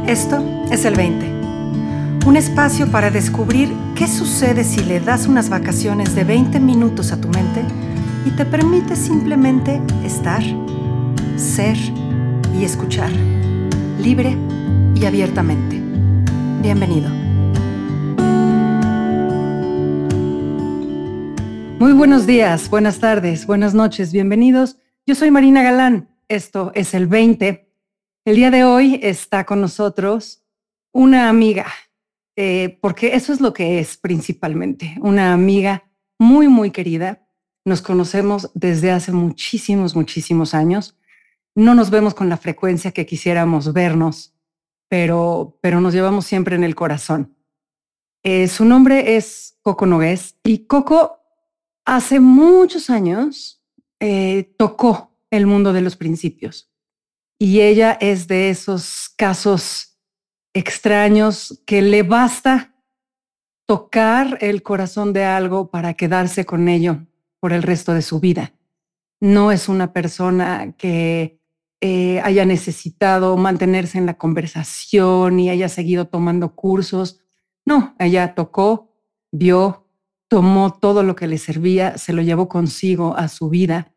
Esto es el 20, un espacio para descubrir qué sucede si le das unas vacaciones de 20 minutos a tu mente y te permite simplemente estar, ser y escuchar, libre y abiertamente. Bienvenido. Muy buenos días, buenas tardes, buenas noches, bienvenidos. Yo soy Marina Galán, esto es el 20. El día de hoy está con nosotros una amiga, porque eso es lo que es principalmente, una amiga muy, muy querida. Nos conocemos desde hace muchísimos años. No nos vemos con la frecuencia que quisiéramos vernos, pero nos llevamos siempre en el corazón. Su nombre es Coco Nogués y Coco hace muchos años tocó el mundo de los principios. Y ella es de esos casos extraños que le basta tocar el corazón de algo para quedarse con ello por el resto de su vida. No es una persona que haya necesitado mantenerse en la conversación y haya seguido tomando cursos. No, ella tocó, vio, tomó todo lo que le servía, se lo llevó consigo a su vida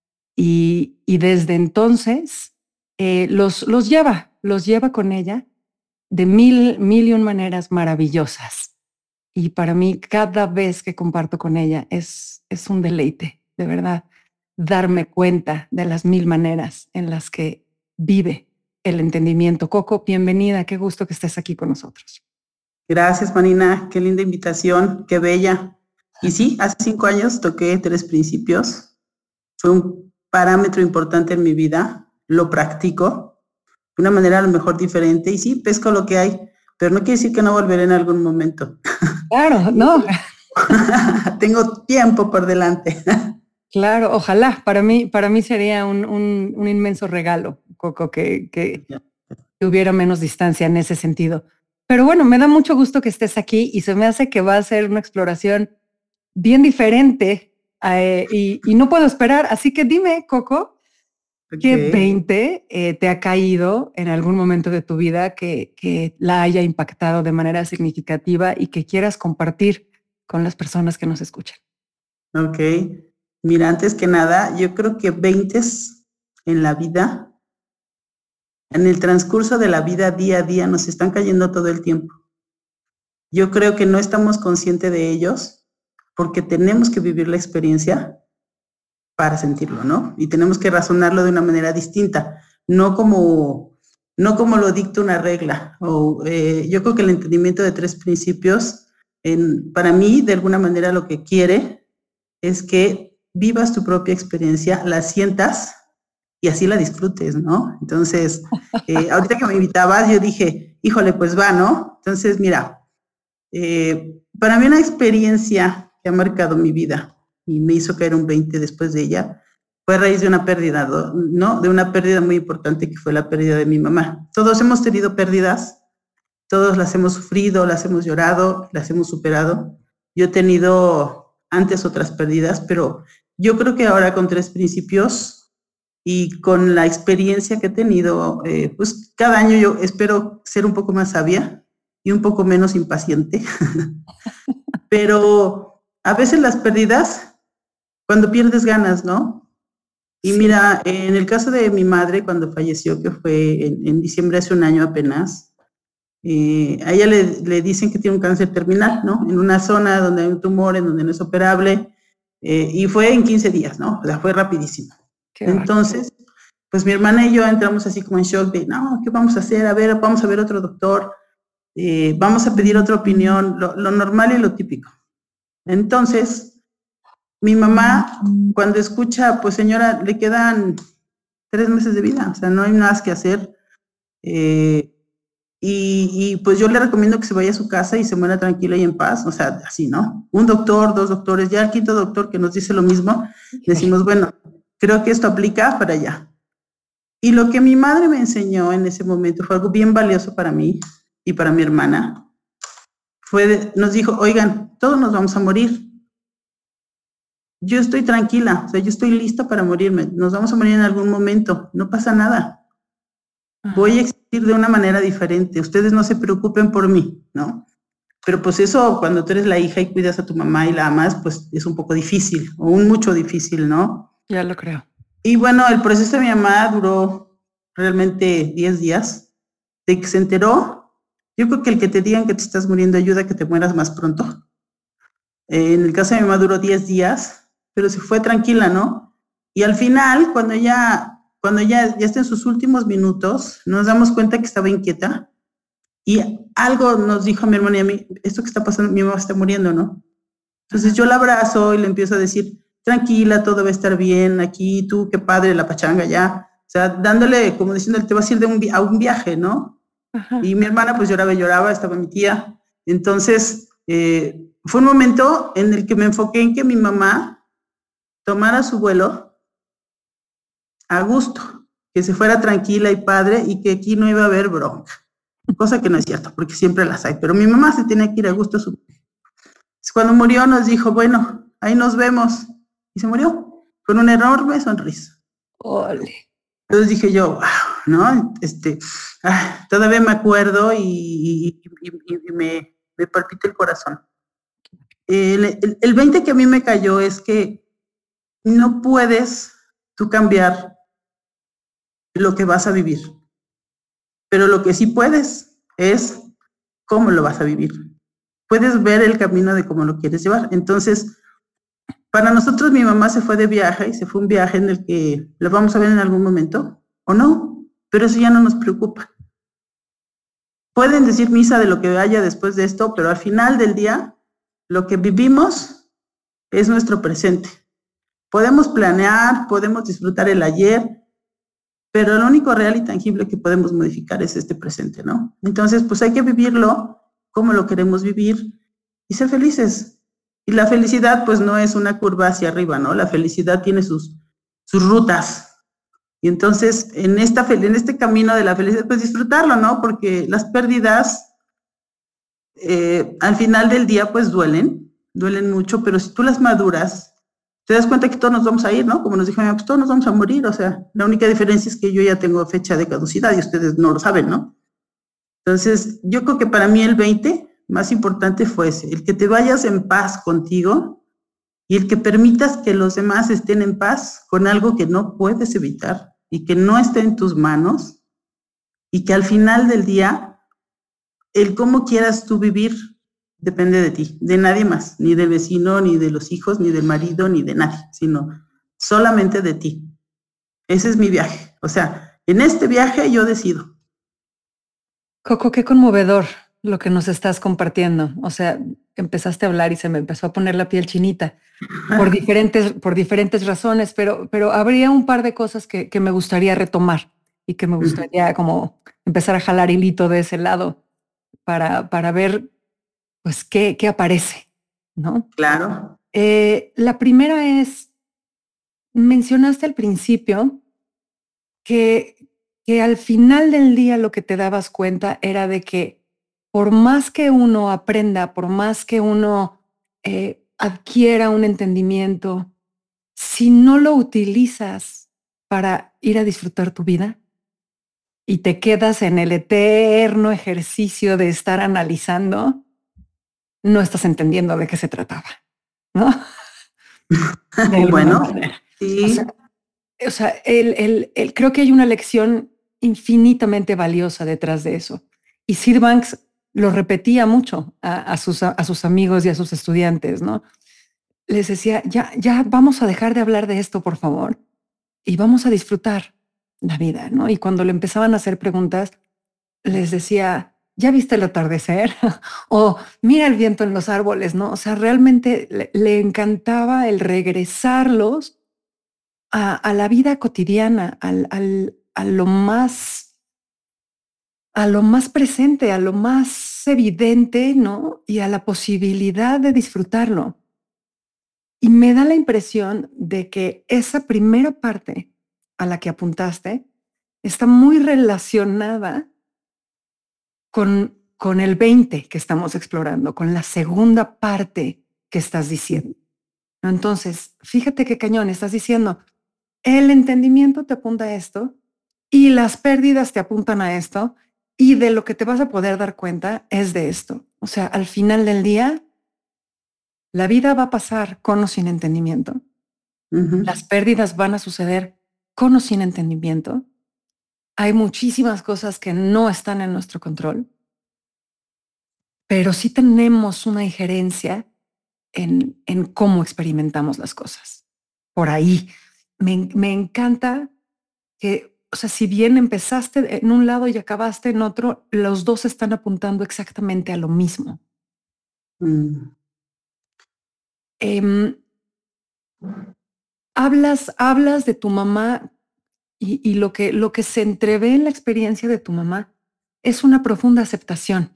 y desde entonces los lleva con ella de mil y un maneras maravillosas. Y para mí, cada vez que comparto con ella es un deleite, de verdad, darme cuenta de las mil maneras en las que vive el entendimiento. Coco, bienvenida, qué gusto que estés aquí con nosotros. Gracias, Marina, qué linda invitación, qué bella. Y sí, hace 5 años toqué 3 principios. Fue un parámetro importante en mi vida, lo practico de una manera a lo mejor diferente y sí, pesco lo que hay, pero no quiere decir que no volveré en algún momento. Claro, no. Tengo tiempo por delante. Claro, ojalá. Para mí sería un inmenso regalo, Coco, que hubiera menos distancia en ese sentido. Pero bueno, me da mucho gusto que estés aquí y se me hace que va a ser una exploración bien diferente y no puedo esperar. Así que dime, Coco, ¿qué 20 te ha caído en algún momento de tu vida que la haya impactado de manera significativa y que quieras compartir con las personas que nos escuchan? Ok. Mira, antes que nada, yo creo que 20 en la vida, en el transcurso de la vida día a día, nos están cayendo todo el tiempo. Yo creo que no estamos conscientes de ellos porque tenemos que vivir la experiencia para sentirlo, ¿no? Y tenemos que razonarlo de una manera distinta, no como lo dicta una regla. Yo creo que el entendimiento de 3 principios, para mí, de alguna manera lo que quiere es que vivas tu propia experiencia, la sientas y así la disfrutes, ¿no? Entonces, ahorita que me invitabas, yo dije, híjole, pues va, ¿no? Entonces, mira, para mí una experiencia que ha marcado mi vida y me hizo caer un 20 después de ella, fue a raíz de una pérdida, ¿no? De una pérdida muy importante que fue la pérdida de mi mamá. Todos hemos tenido pérdidas, todos las hemos sufrido, las hemos llorado, las hemos superado. Yo he tenido antes otras pérdidas, pero yo creo que ahora con 3 principios y con la experiencia que he tenido, pues cada año yo espero ser un poco más sabia y un poco menos impaciente. Pero a veces las pérdidas, cuando pierdes ganas, ¿no? Y sí. Mira, en el caso de mi madre, cuando falleció, que fue en diciembre hace un año apenas, a ella le dicen que tiene un cáncer terminal, ¿no? En una zona donde hay un tumor, en donde no es operable, y fue en 15 días, ¿no? O sea, fue rapidísimo. Entonces, pues mi hermana y yo entramos así como en shock de, no, ¿qué vamos a hacer? A ver, vamos a ver otro doctor, vamos a pedir otra opinión, lo normal y lo típico. Entonces, mi mamá, cuando escucha, pues señora, le quedan 3 meses de vida, o sea, no hay nada que hacer. Y pues yo le recomiendo que se vaya a su casa y se muera tranquila y en paz, o sea, así, ¿no? Un doctor, 2 doctores, ya el 5º doctor que nos dice lo mismo, decimos, bueno, creo que esto aplica para allá. Y lo que mi madre me enseñó en ese momento fue algo bien valioso para mí y para mi hermana. Nos dijo, oigan, todos nos vamos a morir. Yo estoy tranquila, o sea, yo estoy lista para morirme. Nos vamos a morir en algún momento, no pasa nada. voy a existir de una manera diferente, ustedes no se preocupen por mí, ¿no? Pero pues eso, cuando tú eres la hija y cuidas a tu mamá y la amas, pues es un poco difícil, o un mucho difícil, ¿no? Ya lo creo. Y bueno, el proceso de mi mamá duró realmente 10 días. De que se enteró, yo creo que el que te digan que te estás muriendo ayuda a que te mueras más pronto. En el caso de mi mamá duró 10 días, pero se fue tranquila, ¿no? Y al final, cuando ya está en sus últimos minutos, nos damos cuenta que estaba inquieta y algo nos dijo a mi hermana y a mí, esto que está pasando, mi mamá está muriendo, ¿no? Entonces yo la abrazo y le empiezo a decir, tranquila, todo va a estar bien, aquí tú, qué padre, la pachanga ya. O sea, dándole, como diciendo, te vas a ir a un viaje, ¿no? Ajá. Y mi hermana pues lloraba y lloraba, estaba mi tía. Entonces, fue un momento en el que me enfoqué en que mi mamá tomara su vuelo a gusto, que se fuera tranquila y padre y que aquí no iba a haber bronca. Cosa que no es cierto, porque siempre las hay. Pero mi mamá se tenía que ir a gusto a su... Cuando murió nos dijo, bueno, ahí nos vemos. Y se murió con una enorme sonrisa. Ole. Entonces dije yo, wow, ¿no? Todavía me acuerdo y me palpita el corazón. El 20 que a mí me cayó es que no puedes tú cambiar lo que vas a vivir, pero lo que sí puedes es cómo lo vas a vivir. Puedes ver el camino de cómo lo quieres llevar. Entonces, para nosotros mi mamá se fue de viaje y se fue un viaje en el que la vamos a ver en algún momento o no, pero eso ya no nos preocupa. Pueden decir misa de lo que haya después de esto, pero al final del día, lo que vivimos es nuestro presente. Podemos planear, podemos disfrutar el ayer, pero lo único real y tangible que podemos modificar es este presente, ¿no? Entonces, pues hay que vivirlo como lo queremos vivir y ser felices. Y la felicidad, pues no es una curva hacia arriba, ¿no? La felicidad tiene sus rutas. Y entonces, en este camino de la felicidad, pues disfrutarlo, ¿no? Porque las pérdidas, al final del día, pues duelen mucho, pero si tú las maduras, te das cuenta que todos nos vamos a ir, ¿no? Como nos dijo mi mamá, pues todos nos vamos a morir, o sea, la única diferencia es que yo ya tengo fecha de caducidad y ustedes no lo saben, ¿no? Entonces, yo creo que para mí el 20 más importante fue ese, el que te vayas en paz contigo y el que permitas que los demás estén en paz con algo que no puedes evitar y que no está en tus manos y que al final del día, el cómo quieras tú vivir depende de ti, de nadie más, ni del vecino, ni de los hijos, ni del marido, ni de nadie, sino solamente de ti. Ese es mi viaje. O sea, en este viaje yo decido. Coco, qué conmovedor lo que nos estás compartiendo. O sea, empezaste a hablar y se me empezó a poner la piel chinita por diferentes razones, pero habría un par de cosas que me gustaría retomar y que me gustaría como empezar a jalar hilito de ese lado para ver pues qué aparece, ¿no? Claro. La primera es, mencionaste al principio que al final del día lo que te dabas cuenta era de que por más que uno aprenda, por más que uno adquiera un entendimiento, si no lo utilizas para ir a disfrutar tu vida y te quedas en el eterno ejercicio de estar analizando, no estás entendiendo de qué se trataba, ¿no? Bueno, sí. O sea, creo que hay una lección infinitamente valiosa detrás de eso. Y Sid Banks lo repetía mucho a sus amigos y a sus estudiantes, ¿no? Les decía, ya vamos a dejar de hablar de esto, por favor, y vamos a disfrutar la vida, ¿no? Y cuando le empezaban a hacer preguntas, les decía, ¿ya viste el atardecer? O mira el viento en los árboles, ¿no? O sea, realmente le encantaba el regresarlos a la vida cotidiana, a lo más presente, a lo más evidente, ¿no? Y a la posibilidad de disfrutarlo. Y me da la impresión de que esa primera parte a la que apuntaste está muy relacionada con el 20 que estamos explorando, con la segunda parte que estás diciendo. Entonces, fíjate qué cañón, estás diciendo, el entendimiento te apunta a esto, Y las pérdidas te apuntan a esto y de lo que te vas a poder dar cuenta es de esto. O sea, al final del día, la vida va a pasar con o sin entendimiento. Las pérdidas van a suceder con o sin entendimiento. Hay muchísimas cosas que no están en nuestro control, pero sí tenemos una injerencia en cómo experimentamos las cosas. Por ahí. Me encanta que, o sea, si bien empezaste en un lado y acabaste en otro, los dos están apuntando exactamente a lo mismo. Mm. Hablas de tu mamá y lo que se entrevé en la experiencia de tu mamá es una profunda aceptación.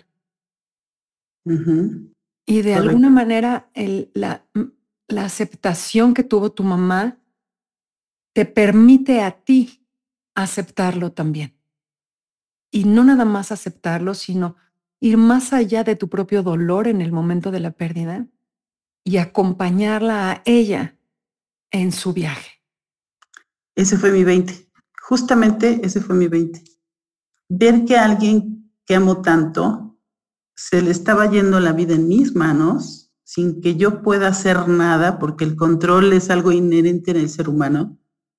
Y de alguna Correcto. manera la aceptación que tuvo tu mamá te permite a ti aceptarlo también. Y no nada más aceptarlo, sino ir más allá de tu propio dolor en el momento de la pérdida y acompañarla a ella en su viaje. Ese fue mi 20. Justamente ese fue mi 20. Ver que a alguien que amo tanto se le estaba yendo la vida en mis manos sin que yo pueda hacer nada, porque el control es algo inherente en el ser humano.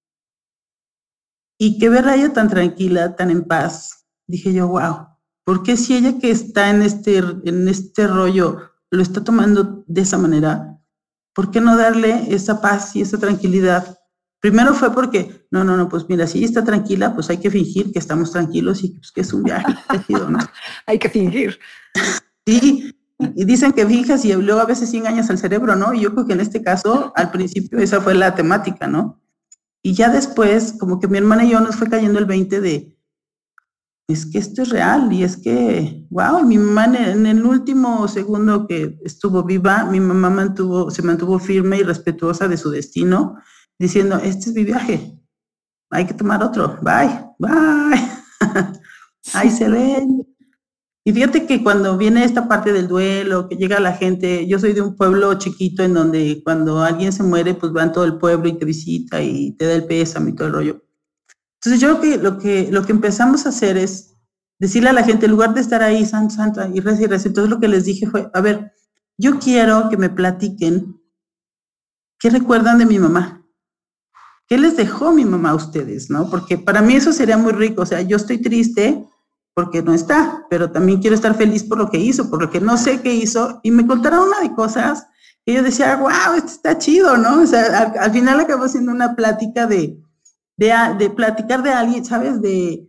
Y que verla a ella tan tranquila, tan en paz, dije yo, wow, ¿por qué si ella que está en este rollo lo está tomando de esa manera? ¿Por qué no darle esa paz y esa tranquilidad? Primero fue porque, no, pues mira, si ella está tranquila, pues hay que fingir que estamos tranquilos y pues, que es un viaje, que está chido, ¿no? Hay que fingir. Sí, y dicen que finjas y luego a veces sí engañas al cerebro, ¿no? Y yo creo que en este caso, al principio, esa fue la temática, ¿no? Y ya después, como que mi hermana y yo nos fue cayendo el 20 de, es que esto es real y es que, wow, mi mamá en el último segundo que estuvo viva, mi mamá se mantuvo firme y respetuosa de su destino, diciendo, este es mi viaje, hay que tomar otro, bye, bye, ahí Sí. se ven. Y fíjate que cuando viene esta parte del duelo, que llega la gente, yo soy de un pueblo chiquito en donde cuando alguien se muere, pues van todo el pueblo y te visita y te da el pésame y todo el rollo. Entonces yo creo que lo que empezamos a hacer es decirle a la gente, en lugar de estar ahí, santa, y reza y reza, entonces lo que les dije fue, a ver, yo quiero que me platiquen qué recuerdan de mi mamá. ¿Qué les dejó mi mamá a ustedes, no? Porque para mí eso sería muy rico. O sea, yo estoy triste porque no está, pero también quiero estar feliz por lo que hizo, por lo que no sé qué hizo. Y me contaron una de cosas que yo decía, wow, esto está chido, ¿no? O sea, al final acabó siendo una plática de platicar de alguien, ¿sabes?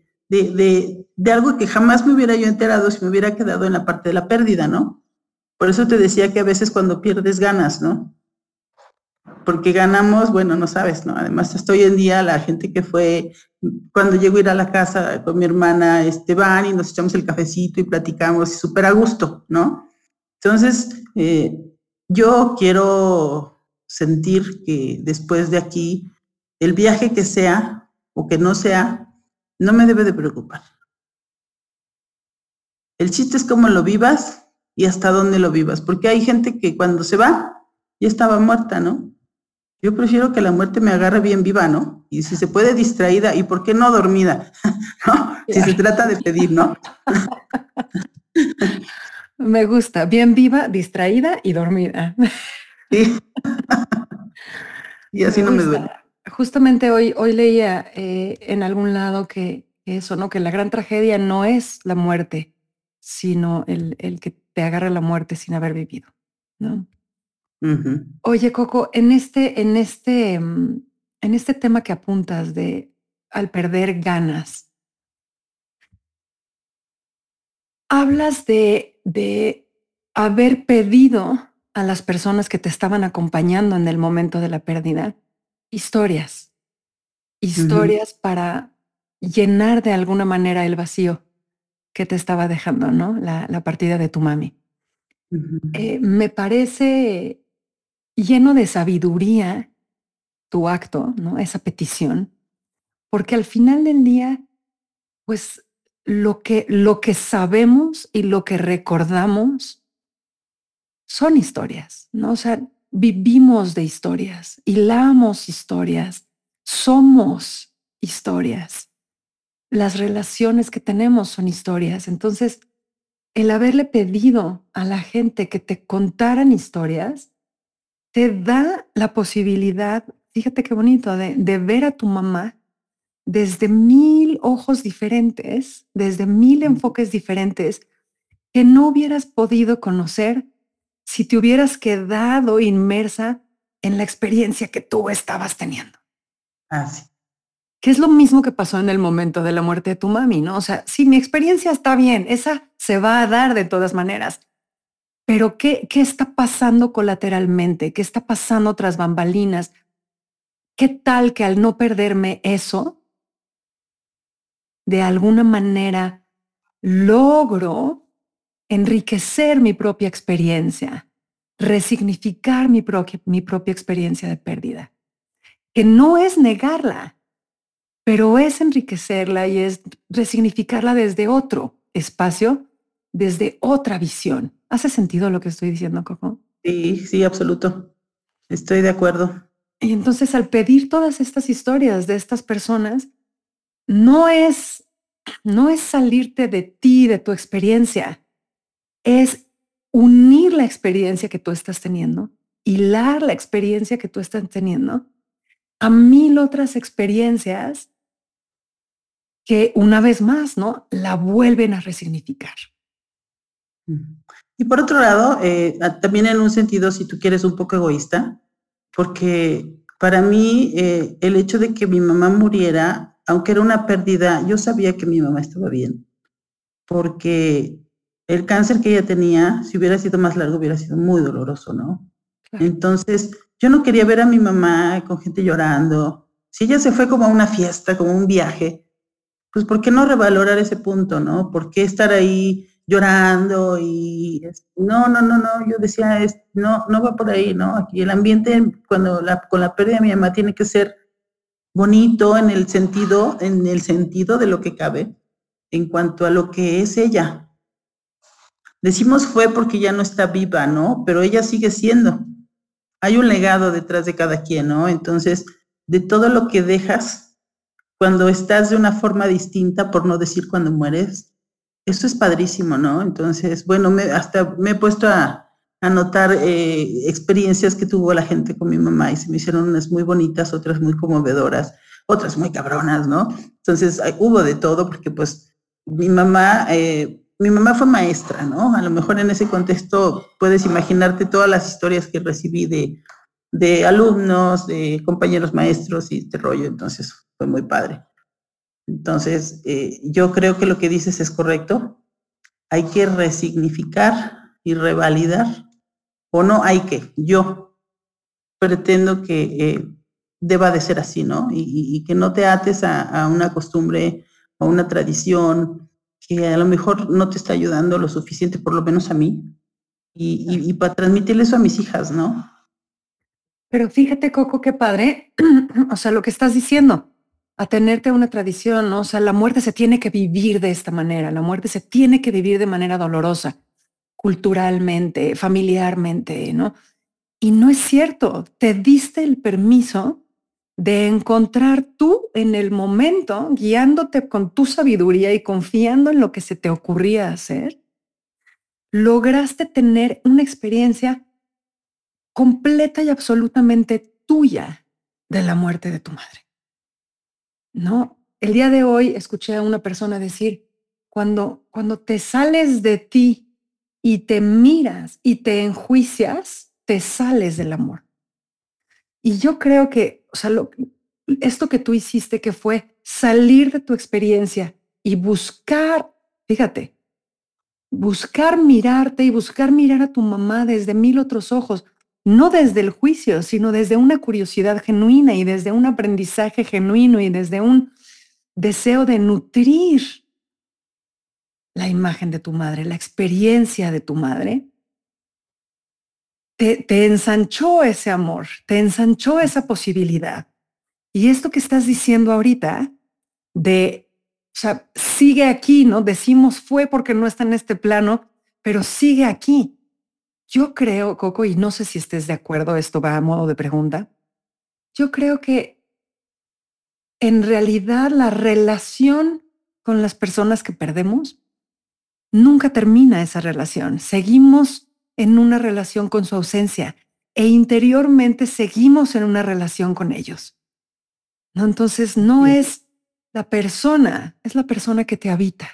De algo que jamás me hubiera yo enterado si me hubiera quedado en la parte de la pérdida, ¿no? Por eso te decía que a veces cuando pierdes ganas, ¿no? Porque ganamos, bueno, no sabes, ¿no? Además, hasta hoy en día la gente que fue, cuando llego a ir a la casa con mi hermana, van y nos echamos el cafecito y platicamos y súper a gusto, ¿no? Entonces, yo quiero sentir que después de aquí, el viaje que sea o que no sea, no me debe de preocupar. El chiste es cómo lo vivas y hasta dónde lo vivas, porque hay gente que cuando se va, ya estaba muerta, ¿no? Yo prefiero que la muerte me agarre bien viva, ¿no? Y si se puede distraída, ¿y por qué no dormida? ¿No? Si se Claro. trata de pedir, ¿no? Me gusta. Bien viva, distraída y dormida. Sí, y así Me no me duele. gusta. Justamente hoy leía en algún lado que eso, ¿no? Que la gran tragedia no es la muerte, sino el que te agarra la muerte sin haber vivido, ¿no? Oye, Coco, en este tema que apuntas de al perder ganas, hablas de haber pedido a las personas que te estaban acompañando en el momento de la pérdida historias, historias para llenar de alguna manera el vacío que te estaba dejando, ¿no? La partida de tu mami. Me parece lleno de sabiduría tu acto, ¿no? Esa petición, porque al final del día, pues lo que sabemos y lo que recordamos son historias, ¿no? O sea, vivimos de historias, hilamos historias, somos historias. las relaciones que tenemos son historias. Entonces, el haberle pedido a la gente que te contaran historias, te da la posibilidad, fíjate qué bonito, de ver a tu mamá desde mil ojos diferentes, desde mil enfoques diferentes, que no hubieras podido conocer si te hubieras quedado inmersa en la experiencia que tú estabas teniendo. Así. Que es lo mismo que pasó en el momento de la muerte de tu mami, ¿no? O sea, sí, mi experiencia está bien, esa se va a dar de todas maneras, pero ¿qué está pasando colateralmente? ¿Qué está pasando tras bambalinas? ¿Qué tal que al no perderme eso, de alguna manera logro enriquecer mi propia experiencia, resignificar mi propia experiencia de pérdida? Que no es negarla, pero es enriquecerla y es resignificarla desde otro espacio, desde otra visión. ¿Hace sentido lo que estoy diciendo, Coco? Sí, sí, absoluto. Estoy de acuerdo. Y entonces al pedir todas estas historias de estas personas, no es, no es salirte de ti, de tu experiencia, es unir la experiencia que tú estás teniendo, hilar la experiencia que tú estás teniendo a mil otras experiencias que una vez más, ¿no? La vuelven a resignificar. Y por otro lado, también en un sentido, si tú quieres, un poco egoísta, porque para mí el hecho de que mi mamá muriera, aunque era una pérdida, yo sabía que mi mamá estaba bien, porque el cáncer que ella tenía, si hubiera sido más largo, hubiera sido muy doloroso, ¿no? Claro. Entonces, yo no quería ver a mi mamá con gente llorando. Si ella se fue como a una fiesta, como un viaje, pues ¿por qué no revalorar ese punto, no? ¿Por qué estar ahí llorando? Y no, no, no, no, yo decía, no, no va por ahí, ¿no? Aquí el ambiente con la pérdida de mi mamá tiene que ser bonito en el sentido de lo que cabe, en cuanto a lo que es ella. Decimos fue porque ya no está viva, ¿no? Pero ella sigue siendo. Hay un legado detrás de cada quien, ¿no? Entonces, de todo lo que dejas cuando estás de una forma distinta, por no decir cuando mueres, eso es padrísimo, ¿no? Entonces, bueno, hasta me he puesto a notar experiencias que tuvo la gente con mi mamá y se me hicieron unas muy bonitas, otras muy conmovedoras, otras muy cabronas, ¿no? Entonces, hubo de todo porque pues mi mamá fue maestra, ¿no? A lo mejor en ese contexto puedes imaginarte todas las historias que recibí de alumnos, de compañeros maestros y este rollo, entonces fue muy padre. Entonces, yo creo que lo que dices es correcto. Hay que resignificar y revalidar, o no hay que, yo pretendo que deba de ser así, ¿no? Y que no te ates a una costumbre, a una tradición que a lo mejor no te está ayudando lo suficiente, por lo menos a mí, y para transmitirle eso a mis hijas, ¿no? Pero fíjate, Coco, qué padre, o sea, lo que estás diciendo, atenerte a una tradición, ¿no? O sea, la muerte se tiene que vivir de esta manera, la muerte se tiene que vivir de manera dolorosa, culturalmente, familiarmente, ¿no? Y no es cierto, te diste el permiso de encontrar tú en el momento, guiándote con tu sabiduría y confiando en lo que se te ocurría hacer, lograste tener una experiencia completa y absolutamente tuya de la muerte de tu madre. No, el día de hoy escuché a una persona decir, cuando te sales de ti y te miras y te enjuicias, te sales del amor. Y yo creo que, o sea, esto que tú hiciste, que fue salir de tu experiencia y buscar, fíjate, buscar mirarte y buscar mirar a tu mamá desde mil otros ojos, no desde el juicio, sino desde una curiosidad genuina y desde un aprendizaje genuino y desde un deseo de nutrir la imagen de tu madre, la experiencia de tu madre. Te ensanchó ese amor, te ensanchó esa posibilidad. Y esto que estás diciendo ahorita de, o sea, sigue aquí, ¿no? Decimos fue porque no está en este plano, pero sigue aquí. Yo creo, Coco, y no sé si estés de acuerdo, esto va a modo de pregunta, yo creo que en realidad la relación con las personas que perdemos, nunca termina esa relación. Seguimos en una relación con su ausencia e interiormente seguimos en una relación con ellos, ¿no? Entonces no Sí. es la persona, es la persona que te habita.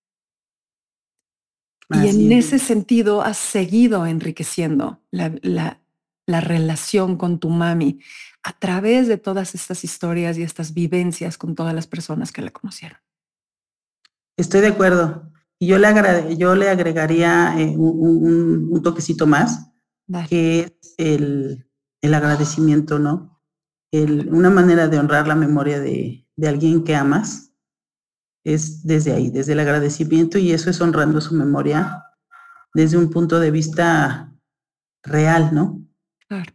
Y Así en es. ese sentido has seguido enriqueciendo la relación con tu mami a través de todas estas historias y estas vivencias con todas las personas que la conocieron. Estoy de acuerdo. Y yo le agregaría un toquecito más, Dale. que es el agradecimiento, ¿no? Una manera de honrar la memoria de alguien que amas es desde ahí, desde el agradecimiento, y eso es honrando su memoria desde un punto de vista real, ¿no? Claro.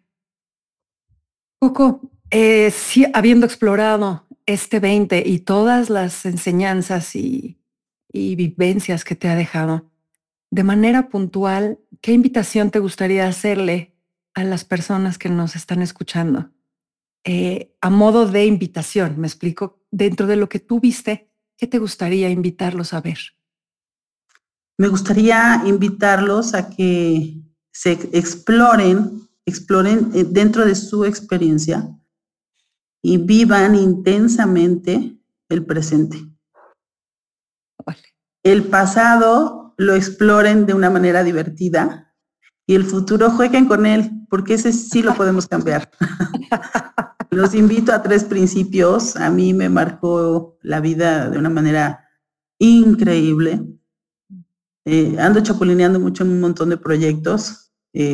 Coco, sí, habiendo explorado este 20 y todas las enseñanzas y vivencias que te ha dejado, de manera puntual, ¿qué invitación te gustaría hacerle a las personas que nos están escuchando? A modo de invitación, me explico, dentro de lo que tú viste, ¿qué te gustaría invitarlos a ver? Me gustaría invitarlos a que se exploren dentro de su experiencia y vivan intensamente el presente. Vale. El pasado lo exploren de una manera divertida y el futuro jueguen con él, porque ese sí lo podemos cambiar. Los invito a 3 principios. A mí me marcó la vida de una manera increíble. Ando chapulineando mucho en un montón de proyectos,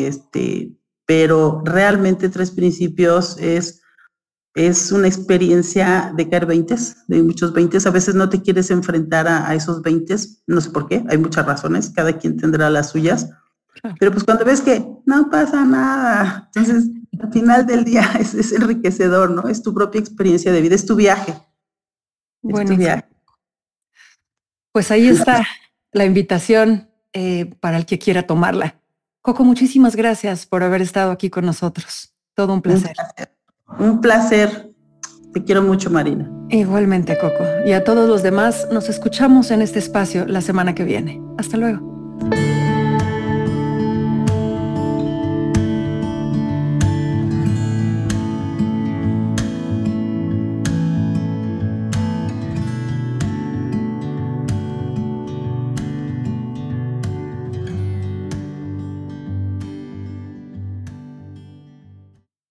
pero realmente 3 principios es una experiencia de caer 20, de muchos 20. A veces no te quieres enfrentar a esos 20, no sé por qué, hay muchas razones, cada quien tendrá las suyas, Claro. pero pues cuando ves que no pasa nada, entonces al final del día es enriquecedor, ¿no? Es tu propia experiencia de vida, es tu viaje. Es tu Buenísimo. viaje. Pues ahí está la invitación para el que quiera tomarla. Coco, muchísimas gracias por haber estado aquí con nosotros. Todo un placer. Un placer. Te quiero mucho, Marina. Igualmente, Coco. Y a todos los demás, nos escuchamos en este espacio la semana que viene. Hasta luego.